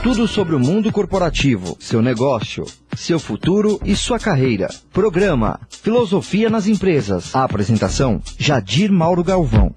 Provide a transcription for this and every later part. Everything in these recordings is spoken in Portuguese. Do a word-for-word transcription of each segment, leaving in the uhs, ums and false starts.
Tudo sobre o mundo corporativo, seu negócio, seu futuro e sua carreira. Programa Filosofia nas Empresas. A apresentação, Jadir Mauro Galvão.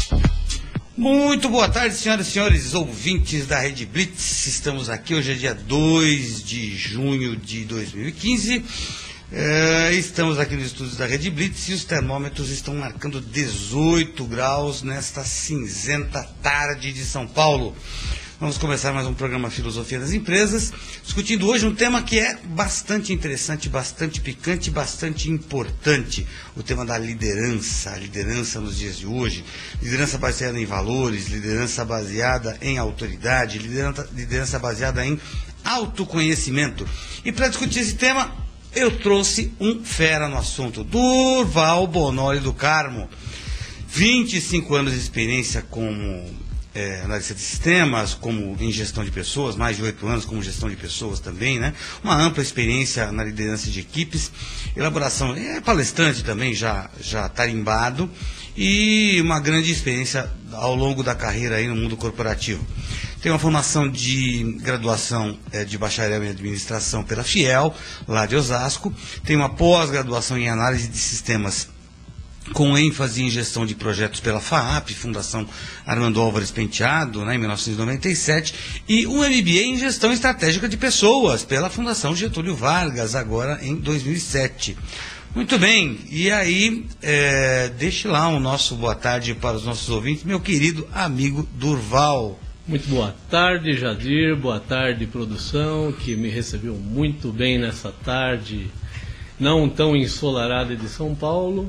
Muito boa tarde, senhoras e senhores ouvintes da Rede Blitz. Estamos aqui, hoje é dia dois de junho de dois mil e quinze. É, estamos aqui nos estúdios da Rede Blitz e os termômetros estão marcando dezoito graus nesta cinzenta tarde de São Paulo. Vamos começar mais um programa Filosofia das Empresas, discutindo hoje um tema que é bastante interessante, bastante picante, bastante importante. O tema da liderança, a liderança nos dias de hoje, liderança baseada em valores, liderança baseada em autoridade, liderança, liderança baseada em autoconhecimento. E para discutir esse tema, eu trouxe um fera no assunto, Durval Bonoli do Carmo. vinte e cinco anos de experiência como É, analista de sistemas, como em gestão de pessoas, mais de oito anos como gestão de pessoas também, né? Uma ampla experiência na liderança de equipes, elaboração, é palestrante também, já, já tarimbado, e uma grande experiência ao longo da carreira aí no mundo corporativo. Tem uma formação de graduação é, de bacharel em administração pela Fiel, lá de Osasco, tem uma pós-graduação em análise de sistemas com ênfase em gestão de projetos pela FAAP, Fundação Armando Álvares Penteado, né, em mil novecentos e noventa e sete, e um M B A em gestão estratégica de pessoas pela Fundação Getúlio Vargas, agora em dois mil e sete. Muito bem, e aí, é, deixe lá o nosso boa tarde para os nossos ouvintes, meu querido amigo Durval. Muito boa tarde, Jadir, boa tarde, produção, que me recebeu muito bem nessa tarde, não tão ensolarada de São Paulo.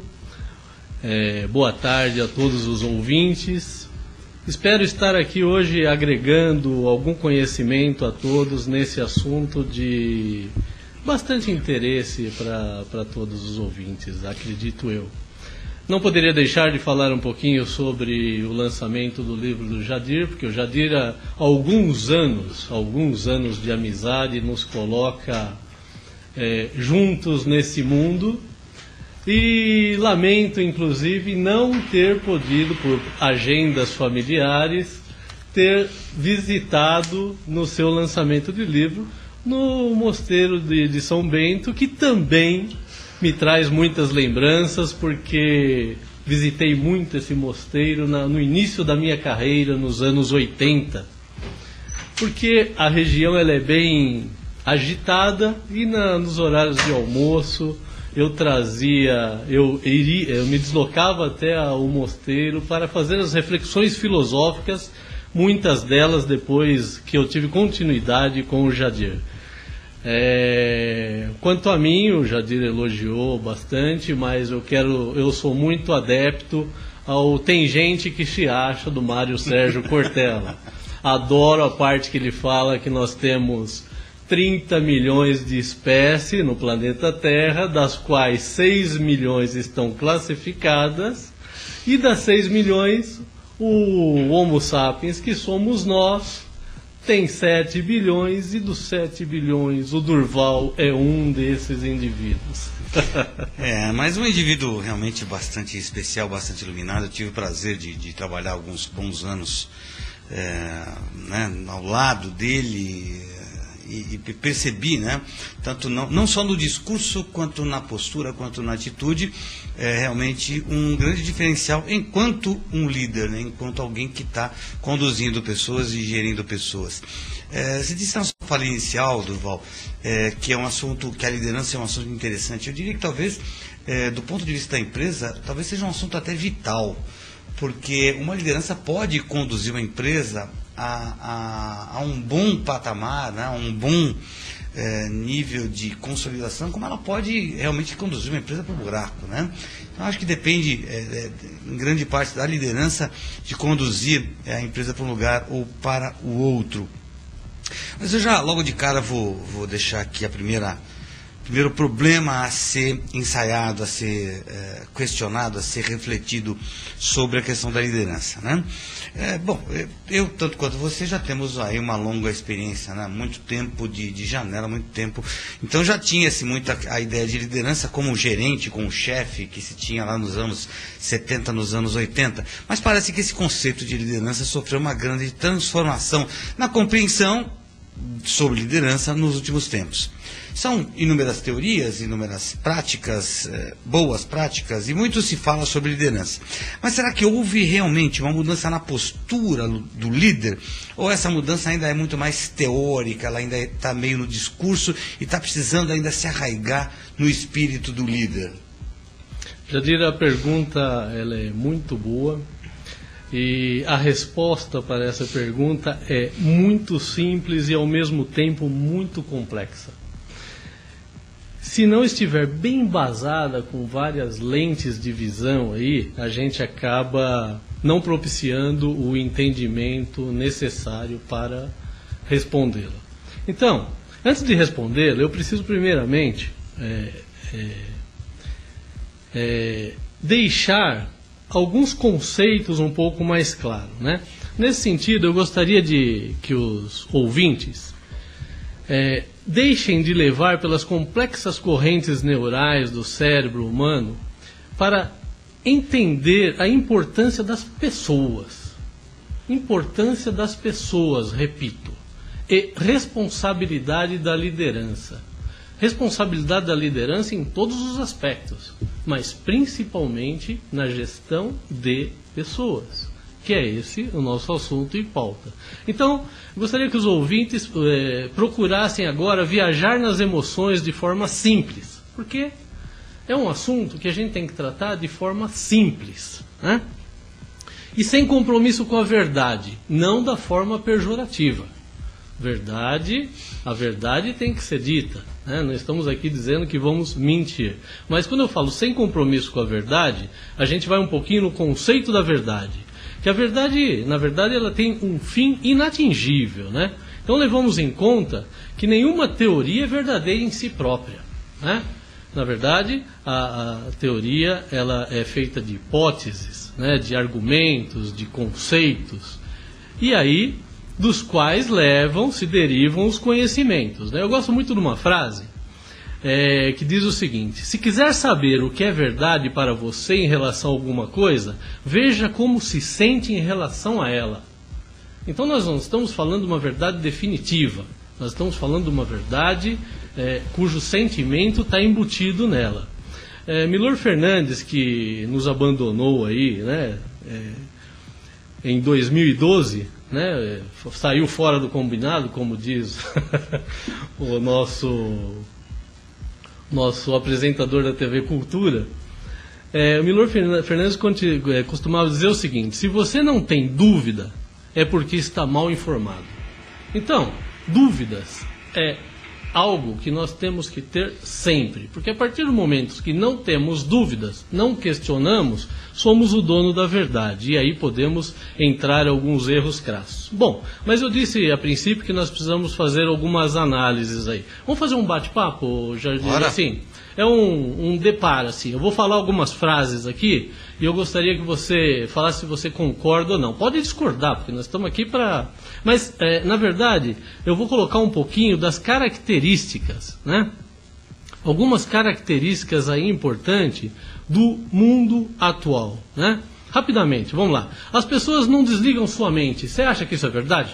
É, boa tarde a todos os ouvintes. Espero estar aqui hoje agregando algum conhecimento a todos nesse assunto de bastante interesse para todos os ouvintes, acredito eu. Não poderia deixar de falar um pouquinho sobre o lançamento do livro do Jadir, porque o Jadir há alguns anos, alguns anos de amizade nos coloca é, juntos nesse mundo. E lamento, inclusive, não ter podido, por agendas familiares, ter visitado no seu lançamento de livro no Mosteiro de, de São Bento, que também me traz muitas lembranças, porque visitei muito esse mosteiro na, no início da minha carreira, nos anos oitenta. Porque a região ela é bem agitada e na, nos horários de almoço eu trazia, eu, iria, eu me deslocava até o mosteiro para fazer as reflexões filosóficas, muitas delas depois que eu tive continuidade com o Jadir. É, quanto a mim, o Jadir elogiou bastante, mas eu quero, eu sou muito adepto ao Tem Gente Que Se Acha, do Mário Sérgio Cortella. Adoro a parte que ele fala que nós temos trinta milhões de espécies no planeta Terra, das quais seis milhões estão classificadas, e das seis milhões, o Homo sapiens, que somos nós, tem sete bilhões, e dos sete bilhões, o Durval é um desses indivíduos. É, mas um indivíduo realmente bastante especial, bastante iluminado. Eu tive o prazer de, de trabalhar alguns bons anos é, né, ao lado dele, e percebi, né, tanto não, não só no discurso, quanto na postura, quanto na atitude, é realmente um grande diferencial enquanto um líder, né, enquanto alguém que está conduzindo pessoas e gerindo pessoas. É, você disse na sua fala inicial, Durval, é, que é um assunto, que a liderança é um assunto interessante. Eu diria que talvez, é, do ponto de vista da empresa, talvez seja um assunto até vital, porque uma liderança pode conduzir uma empresa A, a, a um bom patamar, né, a um bom é, nível de consolidação, como ela pode realmente conduzir uma empresa para o buraco, né? Então, acho que depende, é, é, em grande parte, da liderança de conduzir a empresa para um lugar ou para o outro. Mas eu já, logo de cara, vou, vou deixar aqui a primeira... Primeiro problema a ser ensaiado, a ser é, questionado, a ser refletido sobre a questão da liderança, né? É, bom, eu, eu, tanto quanto você, já temos aí uma longa experiência, né? Muito tempo de, de janela, muito tempo. Então já tinha-se muito a, a ideia de liderança como gerente, como chefe, que se tinha lá nos anos setenta, nos anos oitenta. Mas parece que esse conceito de liderança sofreu uma grande transformação na compreensão sobre liderança nos últimos tempos. São inúmeras teorias, inúmeras práticas, eh, boas práticas, e muito se fala sobre liderança. Mas será que houve realmente uma mudança na postura do líder? Ou essa mudança ainda é muito mais teórica, ela ainda está meio no discurso e está precisando ainda se arraigar no espírito do líder? Jadir, a pergunta ela é muito boa. E a resposta para essa pergunta é muito simples e ao mesmo tempo muito complexa. Se não estiver bem embasada com várias lentes de visão aí, a gente acaba não propiciando o entendimento necessário para respondê-la. Então, antes de respondê-la, eu preciso primeiramente é, é, é, deixar alguns conceitos um pouco mais claros, né? Nesse sentido, eu gostaria de que os ouvintes é, deixem de levar pelas complexas correntes neurais do cérebro humano para entender a importância das pessoas. Importância das pessoas, repito, e responsabilidade da liderança. Responsabilidade da liderança em todos os aspectos, mas principalmente na gestão de pessoas, que é esse o nosso assunto e pauta. Então, gostaria que os ouvintes eh, procurassem agora viajar nas emoções de forma simples, porque é um assunto que a gente tem que tratar de forma simples, né? E sem compromisso com a verdade, não da forma pejorativa. Verdade, a verdade tem que ser dita, né? Não estamos aqui dizendo que vamos mentir. Mas quando eu falo sem compromisso com a verdade, a gente vai um pouquinho no conceito da verdade. Que a verdade, na verdade, ela tem um fim inatingível, né? Então levamos em conta que nenhuma teoria é verdadeira em si própria, né? Na verdade, a, a teoria ela é feita de hipóteses, né? De argumentos, de conceitos. E aí, dos quais levam, se derivam os conhecimentos, né? Eu gosto muito de uma frase é, que diz o seguinte: se quiser saber o que é verdade para você em relação a alguma coisa, veja como se sente em relação a ela. Então nós não estamos falando de uma verdade definitiva, nós estamos falando de uma verdade é, cujo sentimento está embutido nela. É, Milor Fernandes, que nos abandonou aí, né, é, em dois mil e doze, né, saiu fora do combinado, como diz o nosso nosso apresentador da T V Cultura. É, o Milor Fernandes costumava dizer o seguinte: se você não tem dúvida, é porque está mal informado. Então, dúvidas é algo que nós temos que ter sempre, porque a partir do momento que não temos dúvidas, não questionamos, somos o dono da verdade, e aí podemos entrar em alguns erros crassos. Bom, mas eu disse a princípio que nós precisamos fazer algumas análises aí. Vamos fazer um bate-papo, Jardim? Assim, é um, um deparo, assim. Eu vou falar algumas frases aqui, e eu gostaria que você falasse se você concorda ou não. Pode discordar, porque nós estamos aqui para... Mas, é, na verdade, eu vou colocar um pouquinho das características, né? Algumas características aí importantes do mundo atual, né? Rapidamente, vamos lá. As pessoas não desligam sua mente. Você acha que isso é verdade?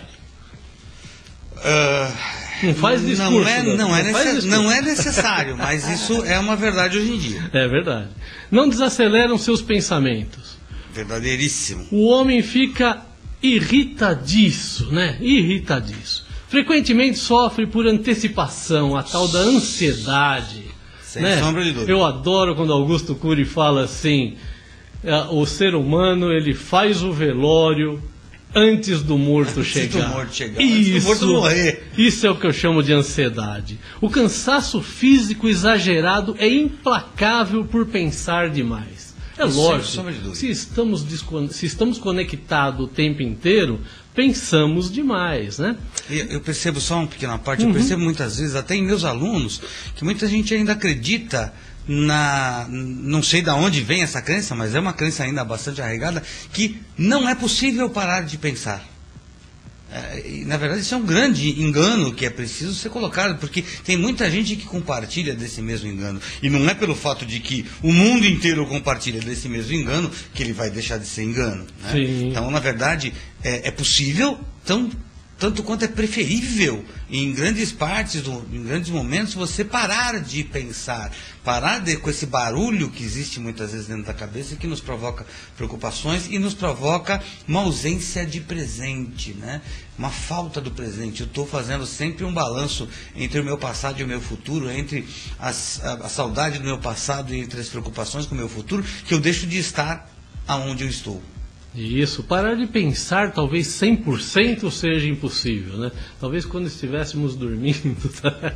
Uh... Não faz discurso. Não é, não, não, é não, necess... não é necessário, mas isso é uma verdade hoje em dia. É verdade. Não desaceleram seus pensamentos. Verdadeiríssimo. O homem fica irritadiço, né? Irritadiço. Frequentemente sofre por antecipação, a tal da ansiedade. Sem né? sombra de dúvida. Eu adoro quando Augusto Cury fala assim: o ser humano ele faz o velório antes do morto antes chegar. Do morto chegar. Isso, antes do morto morrer. Isso é o que eu chamo de ansiedade. O cansaço físico exagerado é implacável por pensar demais. É lógico, se estamos, se estamos conectados o tempo inteiro, pensamos demais, né? Eu percebo só uma pequena parte, uhum. eu percebo muitas vezes, até em meus alunos, que muita gente ainda acredita na... não sei de onde vem essa crença, mas é uma crença ainda bastante arraigada, que não é possível parar de pensar. É, e, na verdade, isso é um grande engano que é preciso ser colocado, porque tem muita gente que compartilha desse mesmo engano. E não é pelo fato de que o mundo inteiro compartilha desse mesmo engano que ele vai deixar de ser engano. Né? Então, na verdade, é, é possível, tão, tanto quanto é preferível, em grandes partes, do, em grandes momentos, você parar de pensar, parar de, com esse barulho que existe muitas vezes dentro da cabeça, que nos provoca preocupações e nos provoca uma ausência de presente, né? Uma falta do presente. Eu estou fazendo sempre um balanço entre o meu passado e o meu futuro, entre as, a, a saudade do meu passado e entre as preocupações com o meu futuro, que eu deixo de estar aonde eu estou. Isso, parar de pensar talvez cem por cento seja impossível, né? Talvez quando estivéssemos dormindo, tá?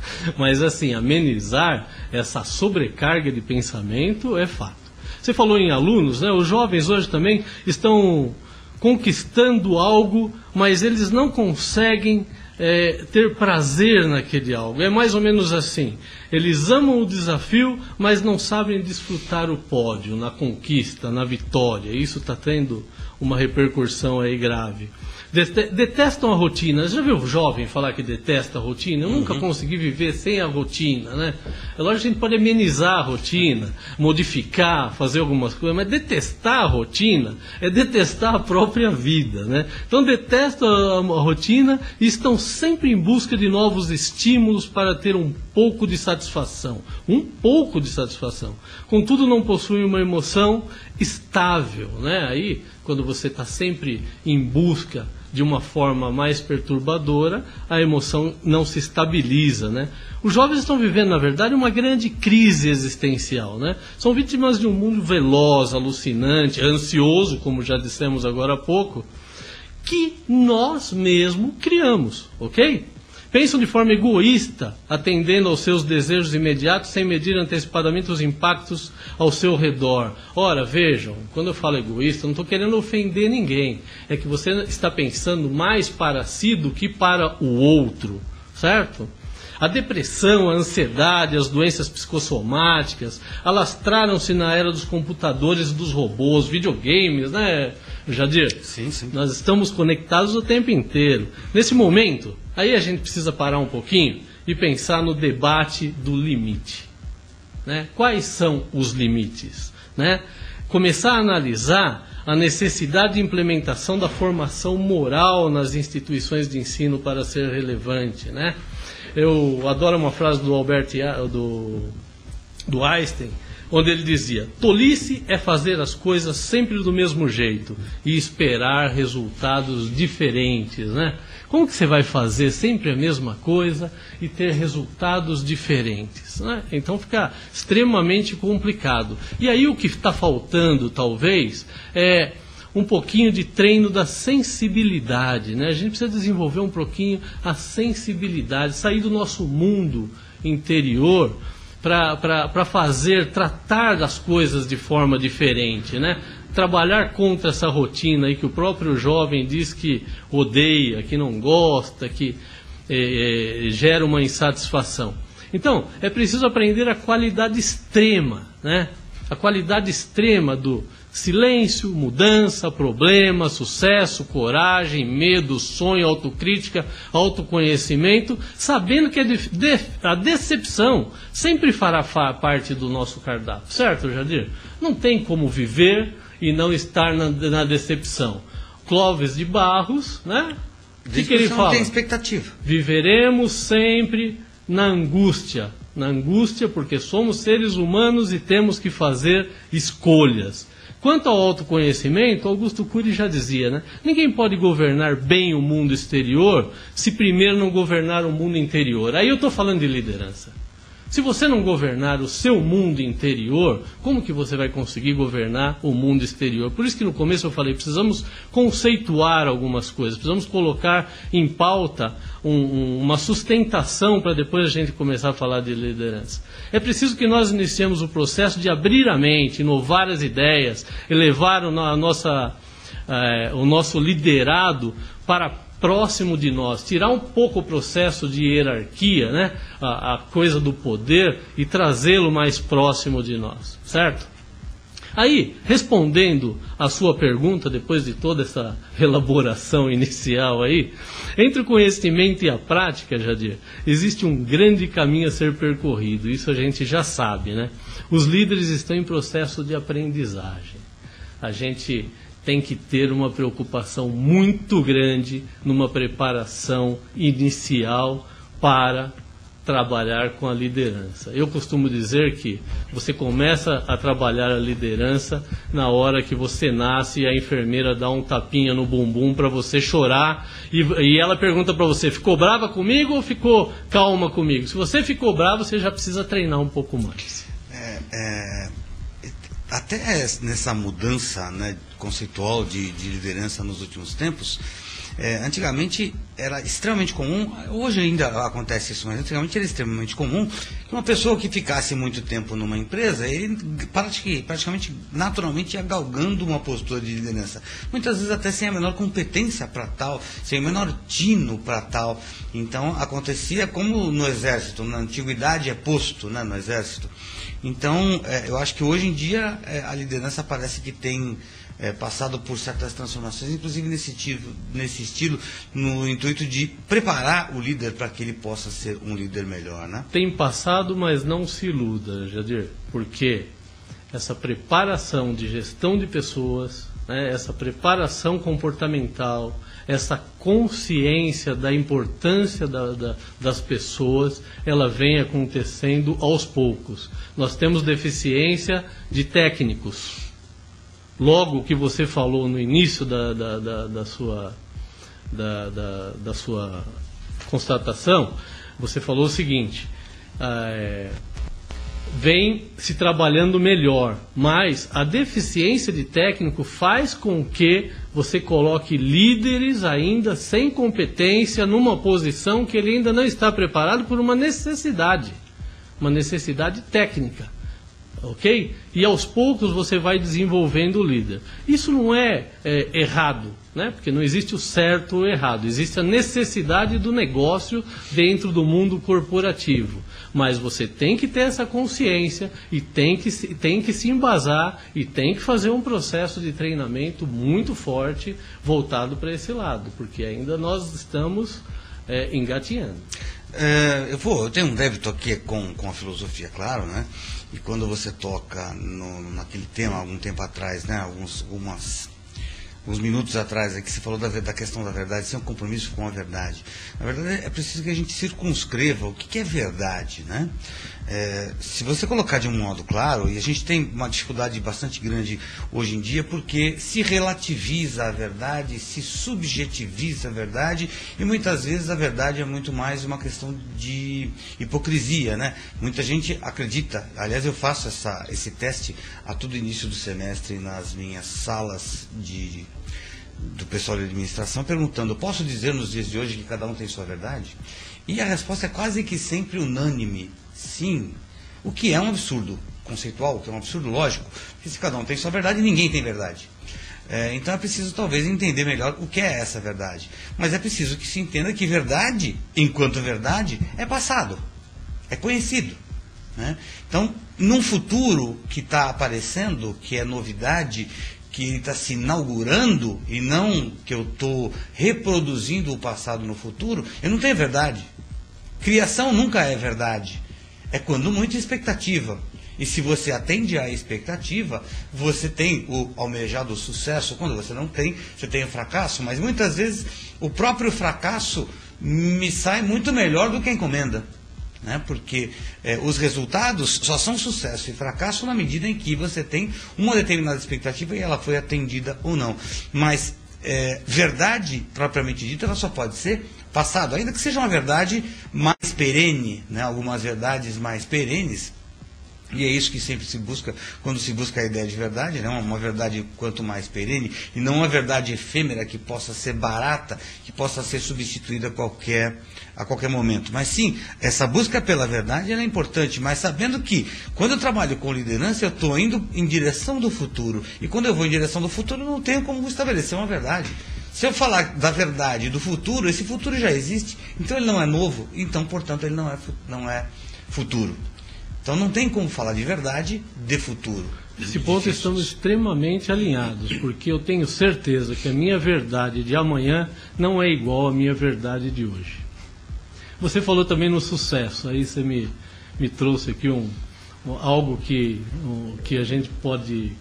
Mas assim, amenizar essa sobrecarga de pensamento é fato. Você falou em alunos, né? Os jovens hoje também estão conquistando algo, mas eles não conseguem é, ter prazer naquele algo. É mais ou menos assim. Eles amam o desafio, mas não sabem desfrutar o pódio, na conquista, na vitória. Isso está tendo uma repercussão aí grave. Detestam a rotina. Já viu o jovem falar que detesta a rotina? Eu nunca uhum. consegui viver sem a rotina, né? É lógico que a gente pode amenizar a rotina, modificar, fazer algumas coisas, mas detestar a rotina é detestar a própria vida, né? Então detestam a, a rotina e estão sempre em busca de novos estímulos para ter um pouco de satisfação. Um pouco de satisfação. Contudo, não possuem uma emoção estável, né? Aí, quando você está sempre em busca de uma forma mais perturbadora, a emoção não se estabiliza, né? Os jovens estão vivendo, na verdade, uma grande crise existencial, né? São vítimas de um mundo veloz, alucinante, ansioso, como já dissemos agora há pouco, que nós mesmos criamos, ok? Pensam de forma egoísta, atendendo aos seus desejos imediatos, sem medir antecipadamente os impactos ao seu redor. Ora, vejam, quando eu falo egoísta, não estou querendo ofender ninguém. É que você está pensando mais para si do que para o outro, certo? A depressão, a ansiedade, as doenças psicossomáticas alastraram-se na era dos computadores e dos robôs, videogames, né, Jadir? Sim, sim. Nós estamos conectados o tempo inteiro. Nesse momento, aí a gente precisa parar um pouquinho e pensar no debate do limite, né? Quais são os limites, né? Começar a analisar a necessidade de implementação da formação moral nas instituições de ensino para ser relevante, né? Eu adoro uma frase do Albert do, do Einstein, onde ele dizia: tolice é fazer as coisas sempre do mesmo jeito e esperar resultados diferentes, né? Como que você vai fazer sempre a mesma coisa e ter resultados diferentes, né? Então fica extremamente complicado. E aí o que está faltando, talvez, é um pouquinho de treino da sensibilidade, né? A gente precisa desenvolver um pouquinho a sensibilidade, sair do nosso mundo interior para fazer, tratar das coisas de forma diferente, né? Trabalhar contra essa rotina aí que o próprio jovem diz que odeia, que não gosta, que é, é, gera uma insatisfação. Então, é preciso aprender a qualidade extrema, né? A qualidade extrema do silêncio, mudança, problema, sucesso, coragem, medo, sonho, autocrítica, autoconhecimento, sabendo que a, de, de, a decepção sempre fará fa, parte do nosso cardápio. Certo, Jadir? Não tem como viver e não estar na, na decepção. Clóvis de Barros, né? O que, que ele fala? Não tem expectativa. Viveremos sempre na angústia. Na angústia porque somos seres humanos e temos que fazer escolhas. Quanto ao autoconhecimento, Augusto Cury já dizia, né? Ninguém pode governar bem o mundo exterior se primeiro não governar o mundo interior. Aí eu estou falando de liderança. Se você não governar o seu mundo interior, como que você vai conseguir governar o mundo exterior? Por isso que no começo eu falei, precisamos conceituar algumas coisas, precisamos colocar em pauta um, um, uma sustentação para depois a gente começar a falar de liderança. É preciso que nós iniciemos o processo de abrir a mente, inovar as ideias, elevar o, a nossa, eh, o nosso liderado para próximo de nós, tirar um pouco o processo de hierarquia, né? a, a coisa do poder, e trazê-lo mais próximo de nós, certo? Aí, respondendo a sua pergunta, depois de toda essa elaboração inicial aí, entre o conhecimento e a prática, Jadir, existe um grande caminho a ser percorrido, isso a gente já sabe, né? Os líderes estão em processo de aprendizagem. A gente tem que ter uma preocupação muito grande numa preparação inicial para trabalhar com a liderança. Eu costumo dizer que você começa a trabalhar a liderança na hora que você nasce e a enfermeira dá um tapinha no bumbum para você chorar e, e ela pergunta para você, ficou brava comigo ou ficou calma comigo? Se você ficou bravo, você já precisa treinar um pouco mais. É, é, até nessa mudança, né, conceitual de, de liderança nos últimos tempos, É, antigamente era extremamente comum, hoje ainda acontece isso, mas antigamente era extremamente comum que uma pessoa que ficasse muito tempo numa empresa, ele praticamente, praticamente naturalmente ia galgando uma postura de liderança. Muitas vezes até sem a menor competência para tal, sem o menor tino para tal. Então acontecia como no exército, na antiguidade é posto, né, no exército. Então é, eu acho que hoje em dia é, a liderança parece que tem É, passado por certas transformações, inclusive nesse, tiro, nesse estilo, no intuito de preparar o líder para que ele possa ser um líder melhor, né? Tem passado, mas não se iluda, Jadir, porque essa preparação de gestão de pessoas, né, essa preparação comportamental, essa consciência da importância da, da, das pessoas, ela vem acontecendo aos poucos. Nós temos deficiência de técnicos. Logo que você falou no início da, da, da, da, sua, da, da, da sua constatação, você falou o seguinte, é, vem se trabalhando melhor, mas a deficiência de técnico faz com que você coloque líderes ainda sem competência numa posição que ele ainda não está preparado por uma necessidade, uma necessidade técnica. Ok? E aos poucos você vai desenvolvendo o líder. Isso não é, é errado, né? Porque não existe o certo ou o errado. Existe a necessidade do negócio dentro do mundo corporativo. Mas você tem que ter essa consciência e tem que, tem que se embasar e tem que fazer um processo de treinamento muito forte voltado para esse lado, porque ainda nós estamos é, engatinhando. É, eu, vou, eu tenho um débito aqui com, com a filosofia, claro, né? E quando você toca no, naquele tema, algum tempo atrás, né, alguns, algumas, alguns minutos atrás, é que você falou da, da questão da verdade, sem um compromisso com a verdade. Na verdade, é preciso que a gente circunscreva o que, que é verdade, né? É, se você colocar de um modo claro, e a gente tem uma dificuldade bastante grande hoje em dia, porque se relativiza a verdade, se subjetiviza a verdade, e muitas vezes a verdade é muito mais uma questão de hipocrisia, né? Muita gente acredita, aliás eu faço essa, esse teste a todo início do semestre nas minhas salas de, do pessoal de administração, perguntando, posso dizer nos dias de hoje que cada um tem sua verdade? E a resposta é quase que sempre unânime. Sim, o que é um absurdo conceitual, o que é um absurdo lógico, porque se cada um tem sua verdade, ninguém tem verdade. É, então é preciso talvez entender melhor o que é essa verdade. Mas é preciso que se entenda que verdade, enquanto verdade, é passado, é conhecido, né? Então, num futuro que está aparecendo, que é novidade, que está se inaugurando, e não que eu estou reproduzindo o passado no futuro, eu não tenho verdade. Criação nunca é verdade. É quando muita expectativa. E se você atende à expectativa, você tem o almejado sucesso. Quando você não tem, você tem o fracasso. Mas muitas vezes o próprio fracasso me sai muito melhor do que a encomenda, né? Porque é, os resultados só são sucesso e fracasso na medida em que você tem uma determinada expectativa e ela foi atendida ou não. Mas é, verdade propriamente dita, ela só pode ser passado, ainda que seja uma verdade mais perene, né? Algumas verdades mais perenes, e é isso que sempre se busca quando se busca a ideia de verdade, né? Uma verdade quanto mais perene, e não uma verdade efêmera que possa ser barata, que possa ser substituída a qualquer, a qualquer momento. Mas sim, essa busca pela verdade ela é importante, mas sabendo que quando eu trabalho com liderança, eu estou indo em direção do futuro, e quando eu vou em direção do futuro, eu não tenho como estabelecer uma verdade. Se eu falar da verdade e do futuro, esse futuro já existe, então ele não é novo, então, portanto, ele não é, não é futuro. Então não tem como falar de verdade de futuro. Nesse ponto estamos extremamente alinhados, porque eu tenho certeza que a minha verdade de amanhã não é igual à minha verdade de hoje. Você falou também no sucesso, aí você me, me trouxe aqui um, um, algo que, um, que a gente pode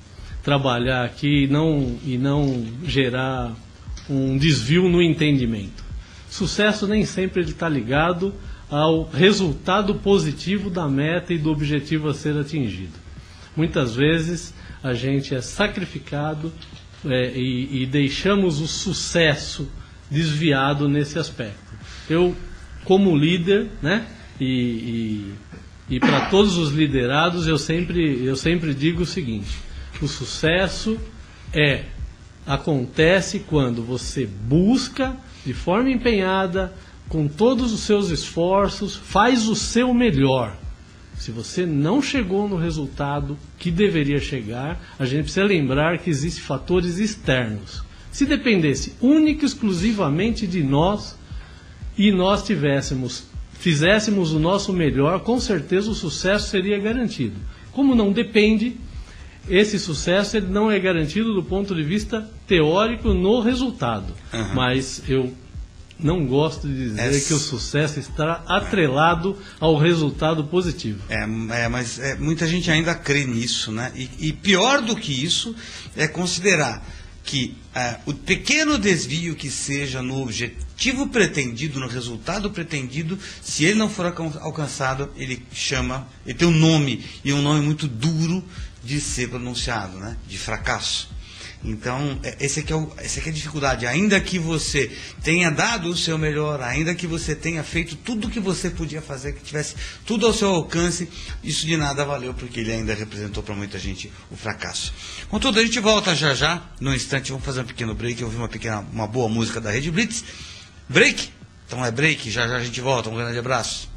trabalhar aqui e não, e não gerar um desvio no entendimento. Sucesso nem sempre está ligado ao resultado positivo da meta e do objetivo a ser atingido. Muitas vezes a gente é sacrificado é, e, e deixamos o sucesso desviado nesse aspecto. Eu, como líder, né, e, e, e para todos os liderados, eu sempre, eu sempre digo o seguinte: o sucesso é, acontece quando você busca de forma empenhada, com todos os seus esforços, faz o seu melhor. Se você não chegou no resultado que deveria chegar, a gente precisa lembrar que existem fatores externos. Se dependesse única e exclusivamente de nós, e nós tivéssemos, fizéssemos o nosso melhor, com certeza o sucesso seria garantido. Como não depende, esse sucesso ele não é garantido do ponto de vista teórico no resultado. Uhum. Mas eu não gosto de dizer é, que o sucesso está atrelado ao resultado positivo. É, é mas é, muita gente ainda crê nisso, né? E, e pior do que isso é considerar que é, o pequeno desvio que seja no objetivo pretendido, no resultado pretendido, se ele não for alcançado, ele chama, ele tem um nome, e um nome muito duro de ser pronunciado, né? De fracasso. Então, esse aqui, é o, esse aqui é a dificuldade. Ainda que você tenha dado o seu melhor, ainda que você tenha feito tudo o que você podia fazer, que tivesse tudo ao seu alcance, isso de nada valeu, porque ele ainda representou para muita gente o fracasso. Contudo, a gente volta já já, no instante, vamos fazer um pequeno break, ouvir uma, pequena, uma boa música da Rede Blitz. Break? Então é break, já já a gente volta, um grande abraço.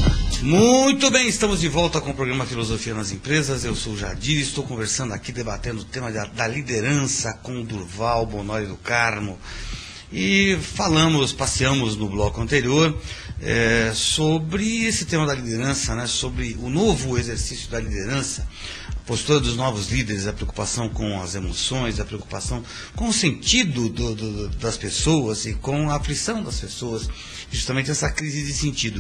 Muito bem, estamos de volta com o programa Filosofia nas Empresas. Eu sou o Jadir e estou conversando aqui, debatendo o tema da, da liderança com o Durval Bonori do Carmo. E falamos, passeamos no bloco anterior é, sobre esse tema da liderança, né, sobre o novo exercício da liderança, a postura dos novos líderes, a preocupação com as emoções, a preocupação com o sentido do, do, das pessoas e com a aflição das pessoas, justamente essa crise de sentido.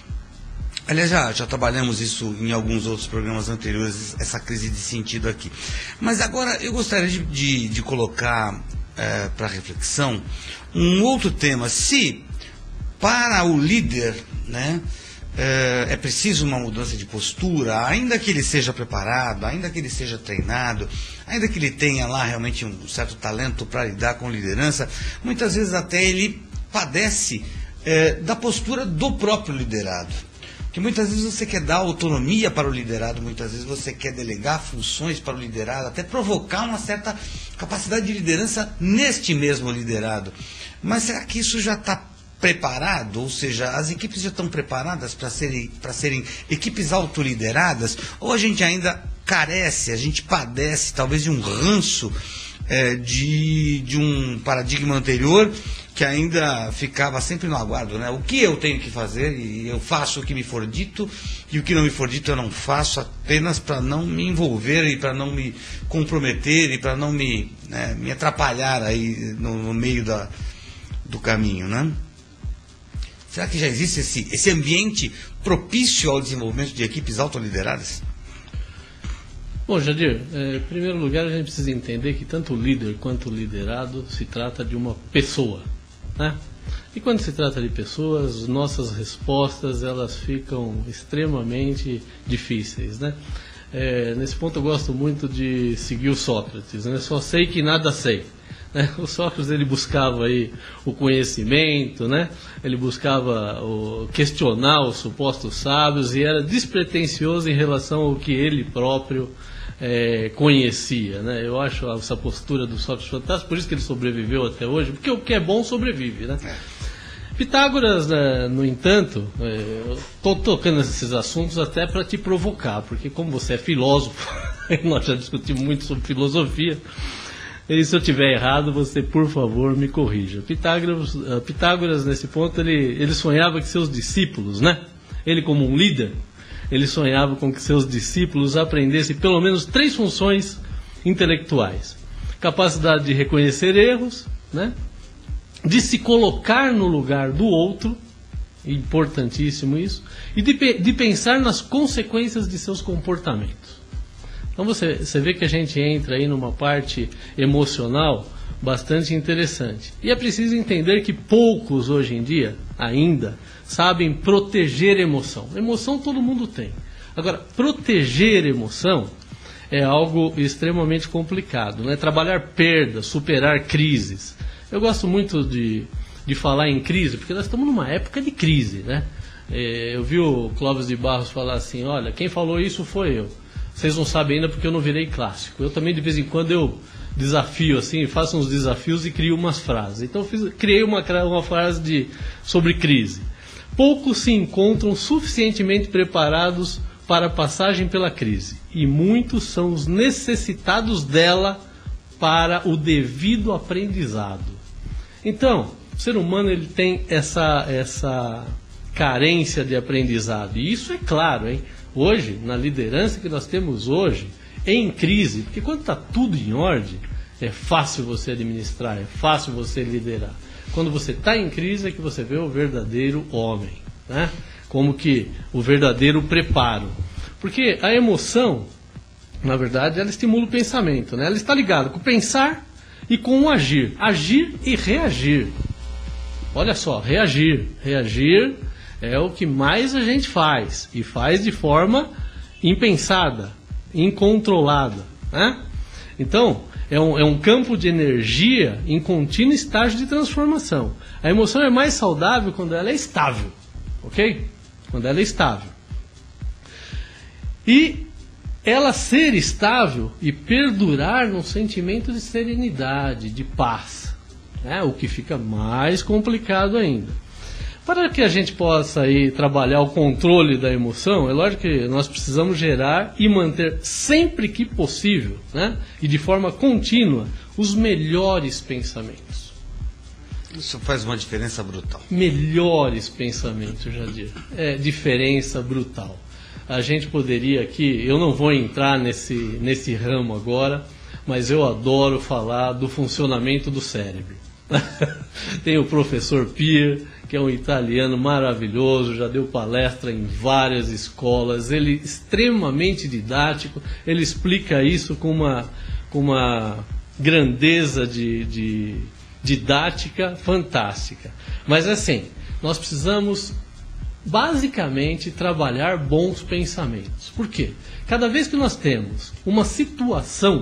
Aliás, já, já trabalhamos isso em alguns outros programas anteriores, essa crise de sentido aqui. Mas agora eu gostaria de, de, de colocar é, para reflexão um outro tema. Se para o líder, né, é, é preciso uma mudança de postura, ainda que ele seja preparado, ainda que ele seja treinado, ainda que ele tenha lá realmente um certo talento para lidar com liderança, muitas vezes até ele padece é, da postura do próprio liderado. Que muitas vezes você quer dar autonomia para o liderado, muitas vezes você quer delegar funções para o liderado, até provocar uma certa capacidade de liderança neste mesmo liderado. Mas será que isso já está preparado? Ou seja, as equipes já estão preparadas para serem, para serem equipes autolideradas? Ou a gente ainda carece, a gente padece talvez de um ranço é, de, de um paradigma anterior, que ainda ficava sempre no aguardo, né? O que eu tenho que fazer, e eu faço o que me for dito, e o que não me for dito eu não faço, apenas para não me envolver e para não me comprometer e para não me, né, me atrapalhar aí no, no meio da, do caminho, né? Será que já existe esse, esse ambiente propício ao desenvolvimento de equipes autolideradas? Bom, Jadir, é, em primeiro lugar a gente precisa entender que tanto o líder quanto o liderado se trata de uma pessoa, né? E quando se trata de pessoas, nossas respostas elas ficam extremamente difíceis, né? É, nesse ponto eu gosto muito de seguir o Sócrates, né? Só sei que nada sei, né? O Sócrates ele buscava aí o conhecimento, né? Ele buscava o, questionar os supostos sábios e era despretensioso em relação ao que ele próprio É, conhecia, né? Eu acho essa postura do Sócrates fantástica, por isso que ele sobreviveu até hoje, porque o que é bom sobrevive, né? Pitágoras, né, no entanto, é, estou tocando nesses assuntos até para te provocar, porque como você é filósofo, nós já discutimos muito sobre filosofia, e se eu estiver errado, você, por favor, me corrija. Pitágoras, Pitágoras nesse ponto, ele, ele sonhava que seus discípulos, né? Ele como um líder, ele sonhava com que seus discípulos aprendessem pelo menos três funções intelectuais. Capacidade de reconhecer erros, né? De se colocar no lugar do outro, importantíssimo isso, e de, de pensar nas consequências de seus comportamentos. Então você, você vê que a gente entra aí numa parte emocional bastante interessante. E é preciso entender que poucos hoje em dia, ainda, sabem proteger emoção. Emoção todo mundo tem. Agora, proteger emoção é algo extremamente complicado, né? Trabalhar perdas, superar crises. Eu gosto muito de, de falar em crise, porque nós estamos numa época de crise, né? É, eu vi o Clóvis de Barros falar assim, olha, quem falou isso foi eu. Vocês não sabem ainda porque eu não virei clássico. Eu também, de vez em quando, eu desafio, assim, faço uns desafios e crio umas frases. Então, eu fiz, criei uma, uma frase de, sobre crise. Poucos se encontram suficientemente preparados para a passagem pela crise, e muitos são os necessitados dela para o devido aprendizado. Então, o ser humano ele tem essa, essa carência de aprendizado, e isso é claro, hein? Hoje, na liderança que nós temos hoje, em crise, porque quando está tudo em ordem, é fácil você administrar, é fácil você liderar. Quando você está em crise é que você vê o verdadeiro homem, né? Como que o verdadeiro preparo. Porque a emoção, na verdade, ela estimula o pensamento, né? Ela está ligada com o pensar e com o agir. Agir e reagir. Olha só, reagir. Reagir é o que mais a gente faz. E faz de forma impensada, incontrolada, né? Então, é um, é um campo de energia em contínuo estágio de transformação. A emoção é mais saudável quando ela é estável, ok? Quando ela é estável. E ela ser estável e perdurar num sentimento de serenidade, de paz, né? O que fica mais complicado ainda. Para que a gente possa aí trabalhar o controle da emoção, é lógico que nós precisamos gerar e manter sempre que possível, né? E de forma contínua, os melhores pensamentos. Isso faz uma diferença brutal. Melhores pensamentos, Jadir. É diferença brutal. A gente poderia aqui, eu não vou entrar nesse, nesse ramo agora, mas eu adoro falar do funcionamento do cérebro. Tem o professor Pier, que é um italiano maravilhoso, já deu palestra em várias escolas, ele é extremamente didático, ele explica isso com uma, com uma grandeza de... de didática fantástica. Mas assim, nós precisamos basicamente trabalhar bons pensamentos. Por quê? Cada vez que nós temos uma situação,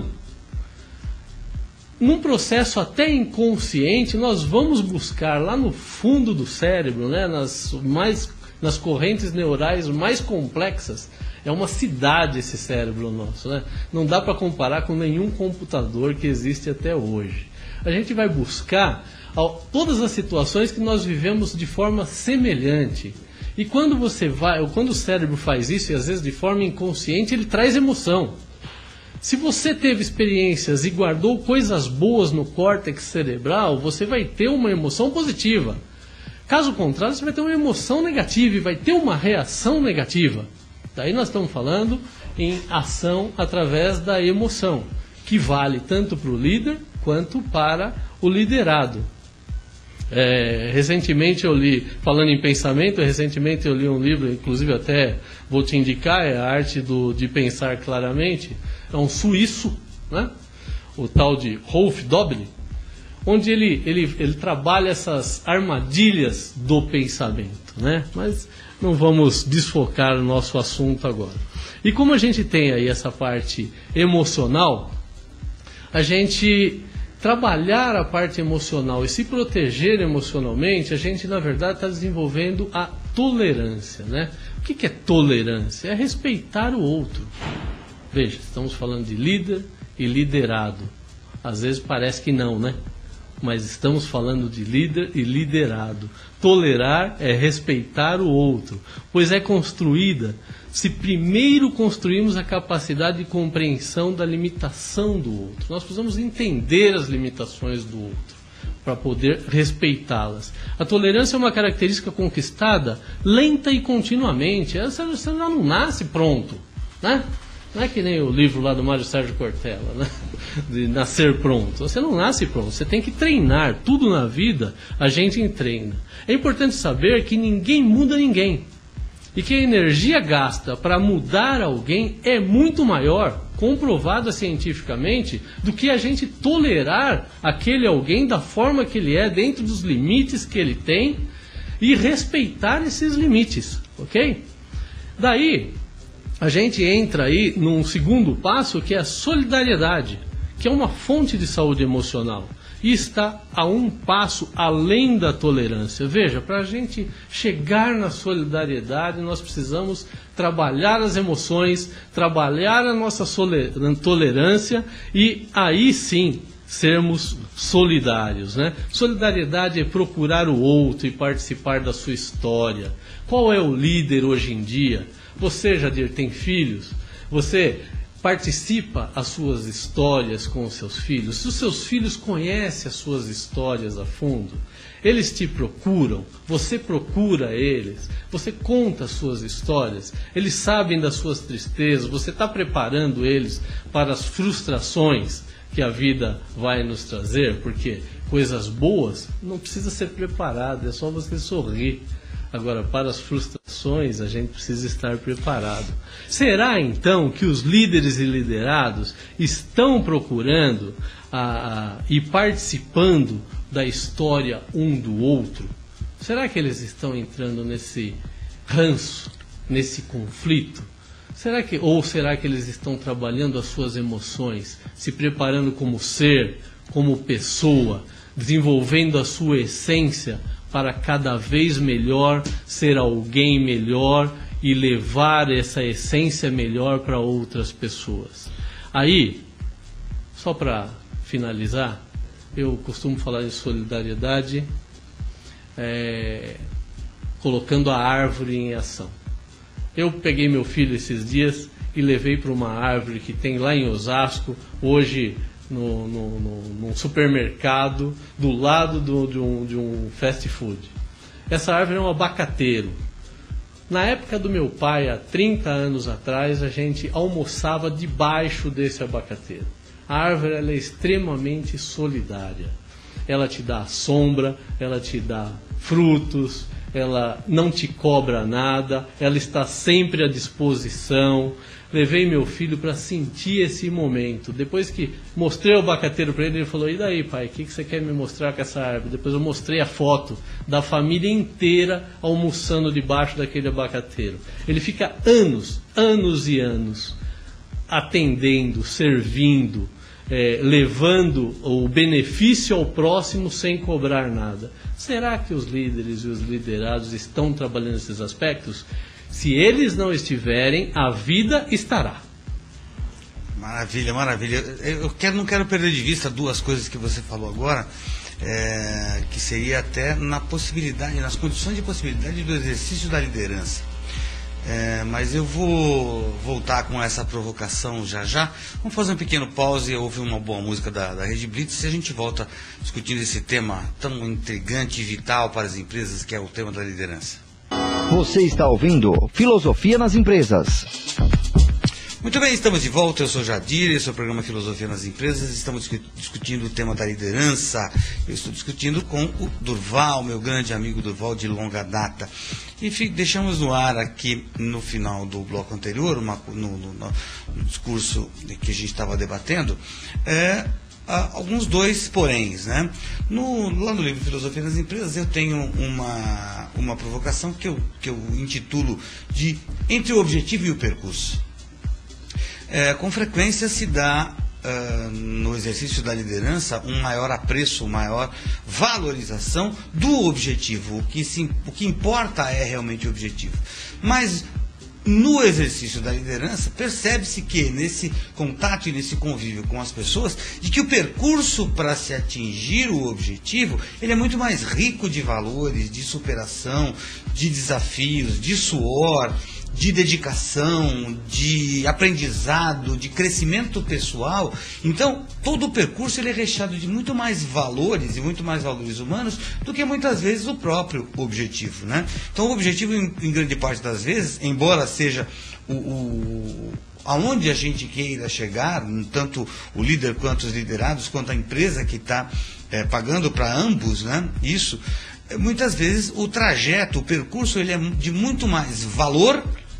num processo até inconsciente, nós vamos buscar lá no fundo do cérebro, né, nas, mais, nas correntes neurais mais complexas. É uma cidade esse cérebro nosso, né? Não dá para comparar com nenhum computador que existe até hoje. A gente vai buscar todas as situações que nós vivemos de forma semelhante. E quando você vai, ou quando o cérebro faz isso, e às vezes de forma inconsciente, ele traz emoção. Se você teve experiências e guardou coisas boas no córtex cerebral, você vai ter uma emoção positiva. Caso contrário, você vai ter uma emoção negativa e vai ter uma reação negativa. Daí nós estamos falando em ação através da emoção, que vale tanto para o líder quanto para o liderado. É, recentemente eu li, falando em pensamento, recentemente eu li um livro, inclusive até vou te indicar, é a arte do, de pensar claramente, é um suíço, né? O tal de Rolf Doble, onde ele, ele, ele trabalha essas armadilhas do pensamento, né? Mas não vamos desfocar o nosso assunto agora. E como a gente tem aí essa parte emocional, a gente trabalhar a parte emocional e se proteger emocionalmente, a gente na verdade está desenvolvendo a tolerância, né? O que, que é tolerância? É respeitar o outro. Veja, estamos falando de líder e liderado. Às vezes parece que não, né? Mas estamos falando de líder e liderado. Tolerar é respeitar o outro, pois é construída se primeiro construímos a capacidade de compreensão da limitação do outro. Nós precisamos entender as limitações do outro para poder respeitá-las. A tolerância é uma característica conquistada lenta e continuamente. Você já não nasce pronto, né? Não é que nem o livro lá do Mário Sérgio Cortella, né? De nascer pronto. Você não nasce pronto, você tem que treinar. Tudo na vida a gente treina. É importante saber que ninguém muda ninguém. E que a energia gasta para mudar alguém é muito maior comprovada cientificamente, do que a gente tolerar aquele alguém da forma que ele é, dentro dos limites que ele tem, e respeitar esses limites, ok? Daí, a gente entra aí num segundo passo, que é a solidariedade, que é uma fonte de saúde emocional, e está a um passo além da tolerância. Veja, para a gente chegar na solidariedade, nós precisamos trabalhar as emoções, trabalhar a nossa tolerância, e aí sim sermos solidários, né? Solidariedade é procurar o outro e participar da sua história. Qual é o líder hoje em dia? Você, Jadir, tem filhos? Você participa as suas histórias com os seus filhos? Se os seus filhos conhecem as suas histórias a fundo, eles te procuram, você procura eles, você conta as suas histórias, eles sabem das suas tristezas, você está preparando eles para as frustrações que a vida vai nos trazer, porque coisas boas não precisa ser preparado, é só você sorrir. Agora, para as frustrações, a gente precisa estar preparado. Será, então, que os líderes e liderados estão procurando a, a, e participando da história um do outro? Será que eles estão entrando nesse ranço, nesse conflito? Será que, ou será que eles estão trabalhando as suas emoções, se preparando como ser, como pessoa, desenvolvendo a sua essência para cada vez melhor ser alguém melhor e levar essa essência melhor para outras pessoas? Aí, só para finalizar, eu costumo falar em solidariedade é, colocando a árvore em ação. Eu peguei meu filho esses dias e levei para uma árvore que tem lá em Osasco, hoje no, no, no, num supermercado, do lado do, de, um, de um fast food. Essa árvore é um abacateiro. Na época do meu pai, há trinta anos atrás, a gente almoçava debaixo desse abacateiro. A árvore ela é extremamente solidária. Ela te dá sombra, ela te dá frutos, ela não te cobra nada, ela está sempre à disposição. Levei meu filho para sentir esse momento. Depois que mostrei o abacateiro para ele, ele falou: e daí, pai, o que, que você quer me mostrar com essa árvore? Depois eu mostrei a foto da família inteira almoçando debaixo daquele abacateiro. Ele fica anos, anos e anos atendendo, servindo, é, levando o benefício ao próximo sem cobrar nada. Será que os líderes e os liderados estão trabalhando esses aspectos? Se eles não estiverem, a vida estará. Maravilha, maravilha. Eu quero, não quero perder de vista duas coisas que você falou agora, é, que seria até na possibilidade, nas condições de possibilidade do exercício da liderança. É, mas eu vou voltar com essa provocação já já. Vamos fazer um pequeno pause e ouvir uma boa música da, da Rede Blitz e a gente volta discutindo esse tema tão intrigante e vital para as empresas, que é o tema da liderança. Você está ouvindo Filosofia nas Empresas. Muito bem, estamos de volta. Eu sou Jadir, esse é o programa Filosofia nas Empresas. Estamos discutindo o tema da liderança. Eu estou discutindo com o Durval, meu grande amigo Durval de longa data. E deixamos no ar aqui no final do bloco anterior, uma, no, no, no discurso que a gente estava debatendo, é, alguns dois poréns, né? No, lá no livro Filosofia nas Empresas eu tenho uma, uma provocação que eu, que eu intitulo de Entre o Objetivo e o Percurso. É, com frequência se dá uh, no exercício da liderança um maior apreço, uma maior valorização do objetivo. O que, se, o que importa é realmente o objetivo. Mas no exercício da liderança percebe-se que nesse contato e nesse convívio com as pessoas, de que o percurso para se atingir o objetivo, ele é muito mais rico de valores, de superação, de desafios, de suor, de dedicação, de aprendizado, de crescimento pessoal. Então, todo o percurso ele é recheado de muito mais valores e muito mais valores humanos do que muitas vezes o próprio objetivo, né? Então, o objetivo, em, em grande parte das vezes, embora seja o, o aonde a gente queira chegar, tanto o líder quanto os liderados, quanto a empresa que está é, pagando para ambos, né? Isso, muitas vezes o trajeto, o percurso, ele é de muito mais valor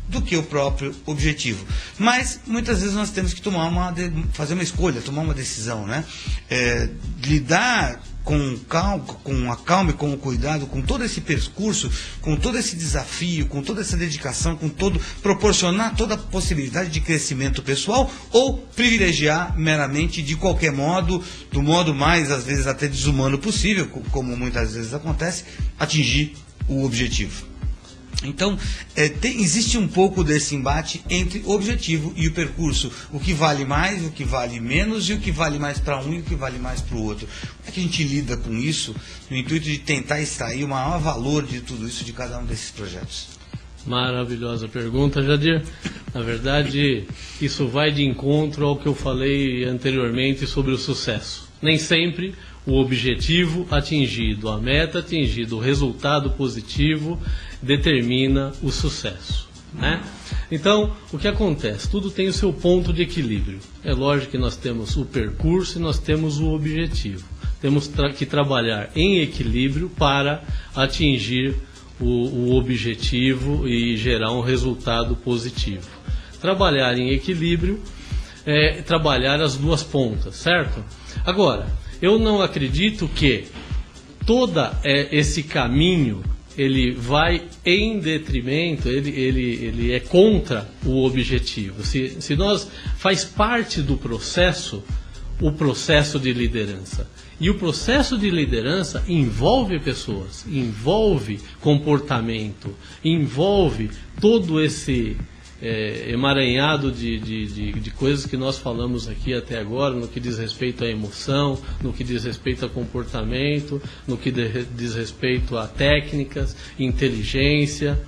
do que o próprio objetivo. Mas muitas vezes nós temos que tomar uma, fazer uma escolha, tomar uma decisão, né? É, lidar com calma, com a calma e com o cuidado, com todo esse percurso, com todo esse desafio, com toda essa dedicação, com todo, proporcionar toda a possibilidade de crescimento pessoal, ou privilegiar meramente de qualquer modo, do modo mais, às vezes, até desumano possível, como muitas vezes acontece, atingir o objetivo. Então, é, tem, existe um pouco desse embate entre o objetivo e o percurso. O que vale mais, o que vale menos, e o que vale mais para um e o que vale mais para o outro. Como é que a gente lida com isso, no intuito de tentar extrair o maior valor de tudo isso, de cada um desses projetos? Maravilhosa pergunta, Jadir. Na verdade, isso vai de encontro ao que eu falei anteriormente sobre o sucesso. Nem sempre o objetivo atingido, a meta atingida, o resultado positivo determina o sucesso, né? Então, o que acontece? Tudo tem o seu ponto de equilíbrio. É lógico que nós temos o percurso e nós temos o objetivo. Temos tra- que trabalhar em equilíbrio para atingir o, o objetivo e gerar um resultado positivo. Trabalhar em equilíbrio é trabalhar as duas pontas, certo? Agora, eu não acredito que todo é, esse caminho ele vai em detrimento, ele, ele, ele é contra o objetivo. Se, se nós faz parte do processo, o processo de liderança. E o processo de liderança envolve pessoas, envolve comportamento, envolve todo esse é, emaranhado de, de, de, de coisas que nós falamos aqui até agora, no que diz respeito à emoção, no que diz respeito a comportamento, no que de, diz respeito a técnicas, inteligência.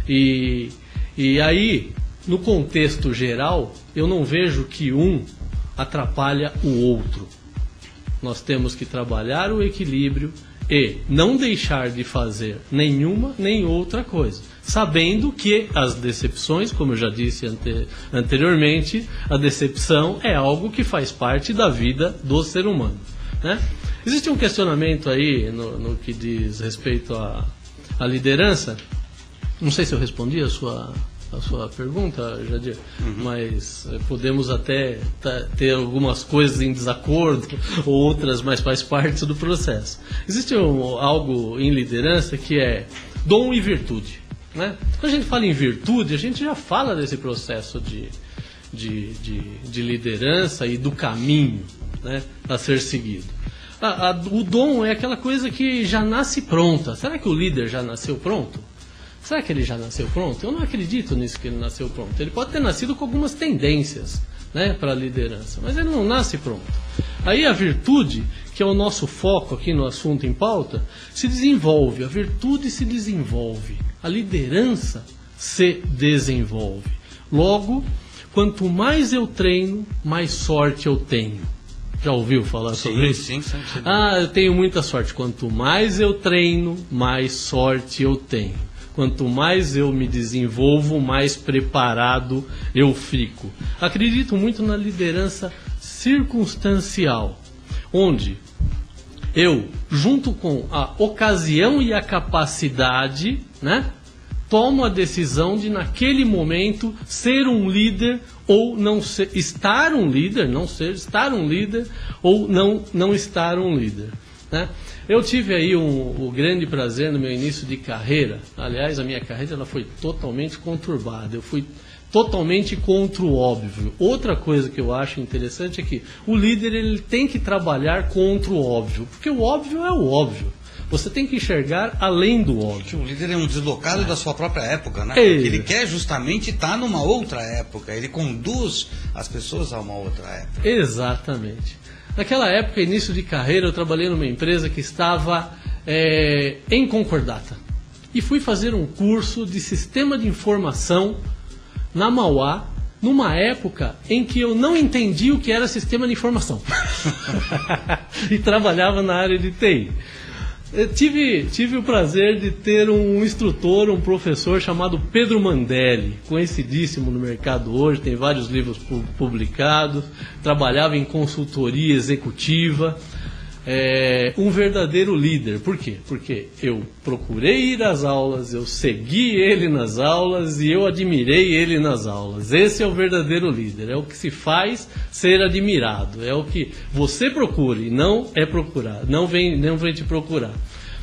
E, e aí, no contexto geral, eu não vejo que um atrapalha o outro. Nós temos que trabalhar o equilíbrio e não deixar de fazer nenhuma nem outra coisa, sabendo que as decepções, como eu já disse ante, anteriormente, a decepção é algo que faz parte da vida do ser humano, né? Existe um questionamento aí no, no que diz respeito à, à liderança. Não sei se eu respondi a sua, a sua pergunta, Jadir, uhum. mas podemos até t- ter algumas coisas em desacordo, ou outras, mas faz parte do processo. Existe um, algo em liderança que é dom e virtude, né? Quando a gente fala em virtude, a gente já fala desse processo de, de, de, de liderança e do caminho, né, a ser seguido. A, a, o dom é aquela coisa que já nasce pronta. Será que o líder já nasceu pronto? Será que ele já nasceu pronto? Eu não acredito nisso, que ele nasceu pronto. Ele pode ter nascido com algumas tendências, né, para a liderança, mas ele não nasce pronto. Aí a virtude, que é o nosso foco aqui no assunto em pauta, se desenvolve. A virtude se desenvolve. A liderança se desenvolve. Logo, quanto mais eu treino, mais sorte eu tenho. Já ouviu falar sim, sobre isso? Sim, sim, sim. Ah, eu tenho muita sorte. Quanto mais eu treino, mais sorte eu tenho. Quanto mais eu me desenvolvo, mais preparado eu fico. Acredito muito na liderança circunstancial, onde eu, junto com a ocasião e a capacidade, né, tomo a decisão de, naquele momento, ser um líder ou não ser, estar um líder, não ser, estar um líder ou não, não estar um líder, né? Eu tive aí um, um grande prazer no meu início de carreira. Aliás, a minha carreira ela foi totalmente conturbada. Eu fui totalmente contra o óbvio. Outra coisa que eu acho interessante é que o líder ele tem que trabalhar contra o óbvio, porque o óbvio é o óbvio. Você tem que enxergar além do óbvio. O líder é um deslocado é. da sua própria época, né? É. Porque ele quer justamente estar numa outra época. Ele conduz as pessoas a uma outra época. Exatamente. Naquela época, início de carreira, eu trabalhei numa empresa que estava é, em concordata. E fui fazer um curso de sistema de informação na Mauá, numa época em que eu não entendi o que era sistema de informação. E trabalhava na área de T I. Eu tive, tive o prazer de ter um instrutor, um professor chamado Pedro Mandelli, conhecidíssimo no mercado hoje, tem vários livros publicados, trabalhava em consultoria executiva. é, um verdadeiro líder. Por quê? Porque eu procurei ir às aulas, eu segui ele nas aulas e eu admirei ele nas aulas. Esse é o verdadeiro líder, é o que se faz ser admirado, é o que você procura e não é procurar, não vem, não vem te procurar.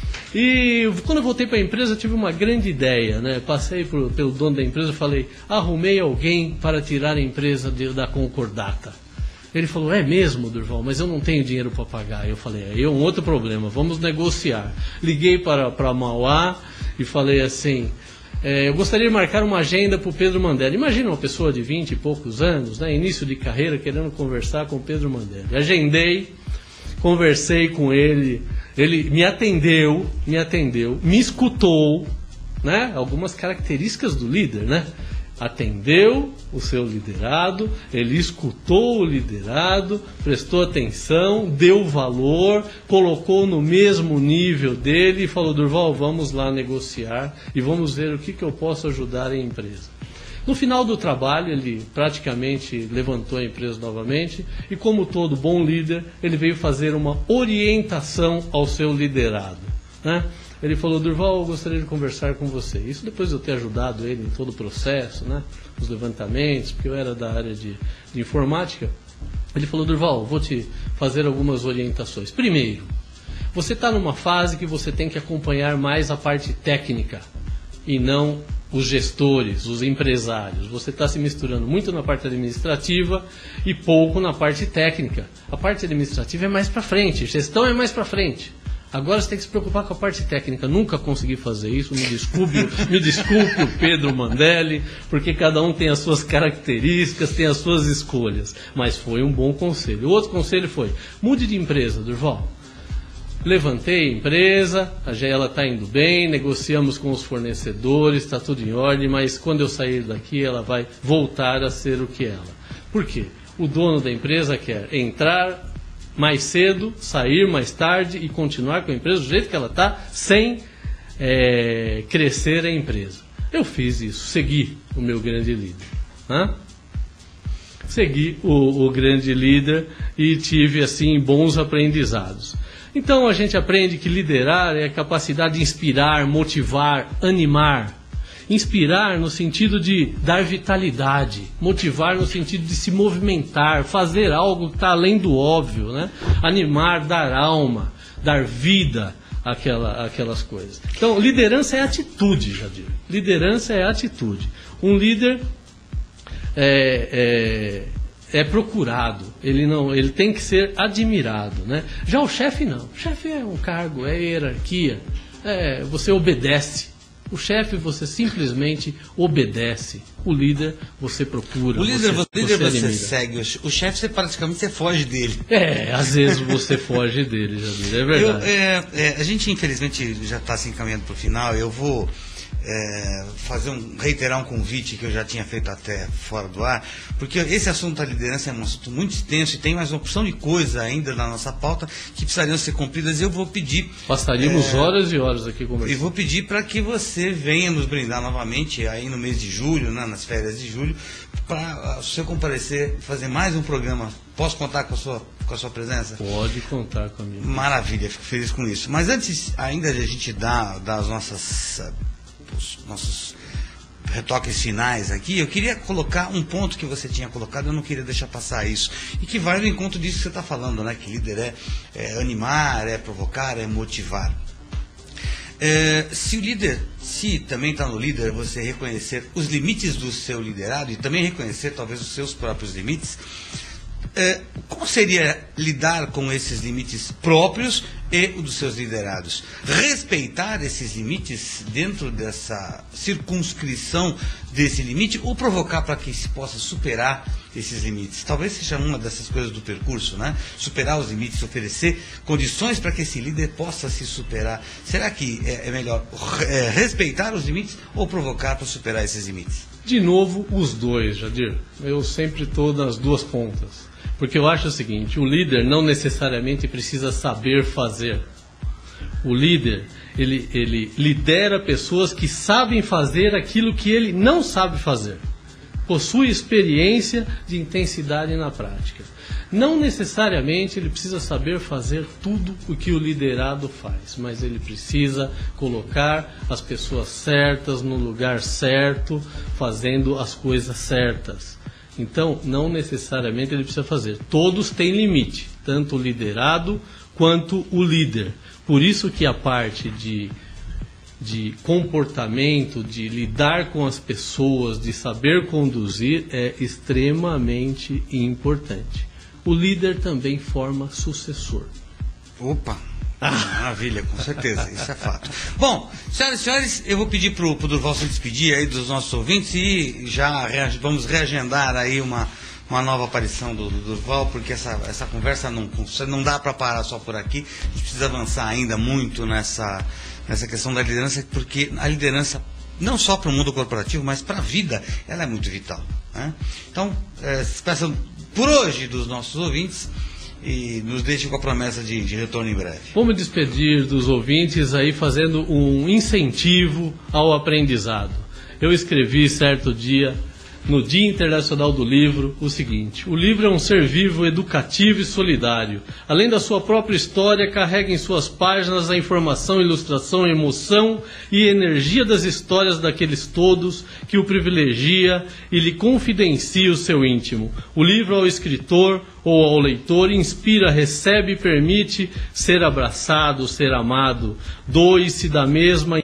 E quando eu voltei para a empresa, eu tive uma grande ideia, né? Passei por, pelo dono da empresa e falei, arrumei alguém para tirar a empresa de, da concordata. Ele falou, é mesmo, Durval, mas eu não tenho dinheiro para pagar. Eu falei, é, é um outro problema, vamos negociar. Liguei para, para Mauá e falei assim, é, eu gostaria de marcar uma agenda para o Pedro Mandelli. Imagina uma pessoa de vinte e poucos anos, né, início de carreira, querendo conversar com o Pedro Mandelli. Agendei, conversei com ele, ele me atendeu, me atendeu, me escutou, né, algumas características do líder, né? Atendeu o seu liderado, ele escutou o liderado, prestou atenção, deu valor, colocou no mesmo nível dele e falou, Durval, vamos lá negociar e vamos ver o que, que eu posso ajudar a empresa. No final do trabalho, ele praticamente levantou a empresa novamente e, como todo bom líder, ele veio fazer uma orientação ao seu liderado, né? Ele falou, Durval, eu gostaria de conversar com você. Isso depois de eu ter ajudado ele em todo o processo, né? Os levantamentos, porque eu era da área de, de informática. Ele falou, Durval, vou te fazer algumas orientações. Primeiro, você está numa fase que você tem que acompanhar mais a parte técnica e não os gestores, os empresários. Você está se misturando muito na parte administrativa e pouco na parte técnica. A parte administrativa é mais para frente, gestão é mais para frente. Agora você tem que se preocupar com a parte técnica. Nunca consegui fazer isso, me desculpe, me desculpe o Pedro Mandelli, porque cada um tem as suas características, tem as suas escolhas. Mas foi um bom conselho. O outro conselho foi, mude de empresa, Durval. Levantei a empresa, a ela está indo bem, negociamos com os fornecedores, está tudo em ordem, mas quando eu sair daqui ela vai voltar a ser o que ela. Por quê? O dono da empresa quer entrar mais cedo, sair mais tarde e continuar com a empresa do jeito que ela está, sem é, crescer a empresa. Eu fiz isso, segui o meu grande líder. Hã? Segui o, o grande líder e tive assim bons aprendizados. Então a gente aprende que liderar é a capacidade de inspirar, motivar, animar. Inspirar no sentido de dar vitalidade, motivar no sentido de se movimentar, fazer algo que está além do óbvio, né? Animar, dar alma, dar vida àquela, àquelas coisas. Então, liderança é atitude, Jadir. Liderança é atitude. Um líder é, é, é procurado, ele, não, ele tem que ser admirado, né? Já o chefe não. O chefe é um cargo, é hierarquia, é, você obedece. O chefe você simplesmente obedece. O líder você procura. O líder você, você, líder você você segue. O chefe você praticamente você foge dele. É, às vezes você foge dele, Jadir, é verdade. Eu, é, é, a gente infelizmente já está se encaminhando para o final. Eu vou é, fazer um, reiterar um convite que eu já tinha feito até fora do ar, porque esse assunto da liderança é um assunto muito extenso e tem mais uma opção de coisas ainda na nossa pauta que precisariam ser cumpridas. Eu vou pedir... Passaríamos é, horas e horas aqui conversando. E vou pedir para que você venha nos brindar novamente aí no mês de julho, né, nas férias de julho, para o senhor comparecer e fazer mais um programa. Posso contar com a sua, com a sua presença? Pode contar comigo. Maravilha, fico feliz com isso. Mas antes ainda de a gente dar, dar as nossas... os nossos retoques finais aqui, eu queria colocar um ponto que você tinha colocado, eu não queria deixar passar isso, e que vai no encontro disso que você está falando, né? Que líder é, é animar, é provocar, é motivar. É, se o líder, se também está no líder, você reconhecer os limites do seu liderado e também reconhecer talvez os seus próprios limites, é, como seria lidar com esses limites próprios e o dos seus liderados? Respeitar esses limites dentro dessa circunscrição desse limite ou provocar para que se possa superar esses limites? Talvez seja uma dessas coisas do percurso, né? Superar os limites, oferecer condições para que esse líder possa se superar. Será que é, é melhor é, respeitar os limites ou provocar para superar esses limites? De novo, os dois, Jadir. Eu sempre estou nas duas pontas. Porque eu acho o seguinte, o líder não necessariamente precisa saber fazer. O líder, ele, ele lidera pessoas que sabem fazer aquilo que ele não sabe fazer. possui experiência de intensidade na prática. Não necessariamente ele precisa saber fazer tudo o que o liderado faz, mas ele precisa colocar as pessoas certas no lugar certo, fazendo as coisas certas. Então, não necessariamente ele precisa fazer. Todos têm limite, tanto o liderado quanto o líder. Por isso que a parte de, de comportamento, de lidar com as pessoas, de saber conduzir, é extremamente importante. O líder também forma sucessor. Opa! Maravilha, com certeza, isso é fato. Bom, senhoras e senhores, eu vou pedir para o Durval se despedir aí dos nossos ouvintes e já rea- vamos reagendar aí uma, uma nova aparição do, do Durval, porque essa, essa conversa não, não dá para parar só por aqui, a gente precisa avançar ainda muito nessa, nessa questão da liderança, porque a liderança, não só para o mundo corporativo, mas para a vida, ela é muito vital, né? Então, é, se peçam por hoje dos nossos ouvintes e nos deixe com a promessa de, de retorno em breve. Vamos despedir dos ouvintes aí fazendo um incentivo ao aprendizado. Eu escrevi certo dia, no Dia Internacional do Livro, o seguinte: o livro é um ser vivo, educativo e solidário. Além da sua própria história, carrega em suas páginas a informação, ilustração, emoção e energia das histórias daqueles todos que o privilegia e lhe confidencia o seu íntimo. O livro ao escritor ou ao leitor inspira, recebe e permite ser abraçado, ser amado. Doe-se da mesma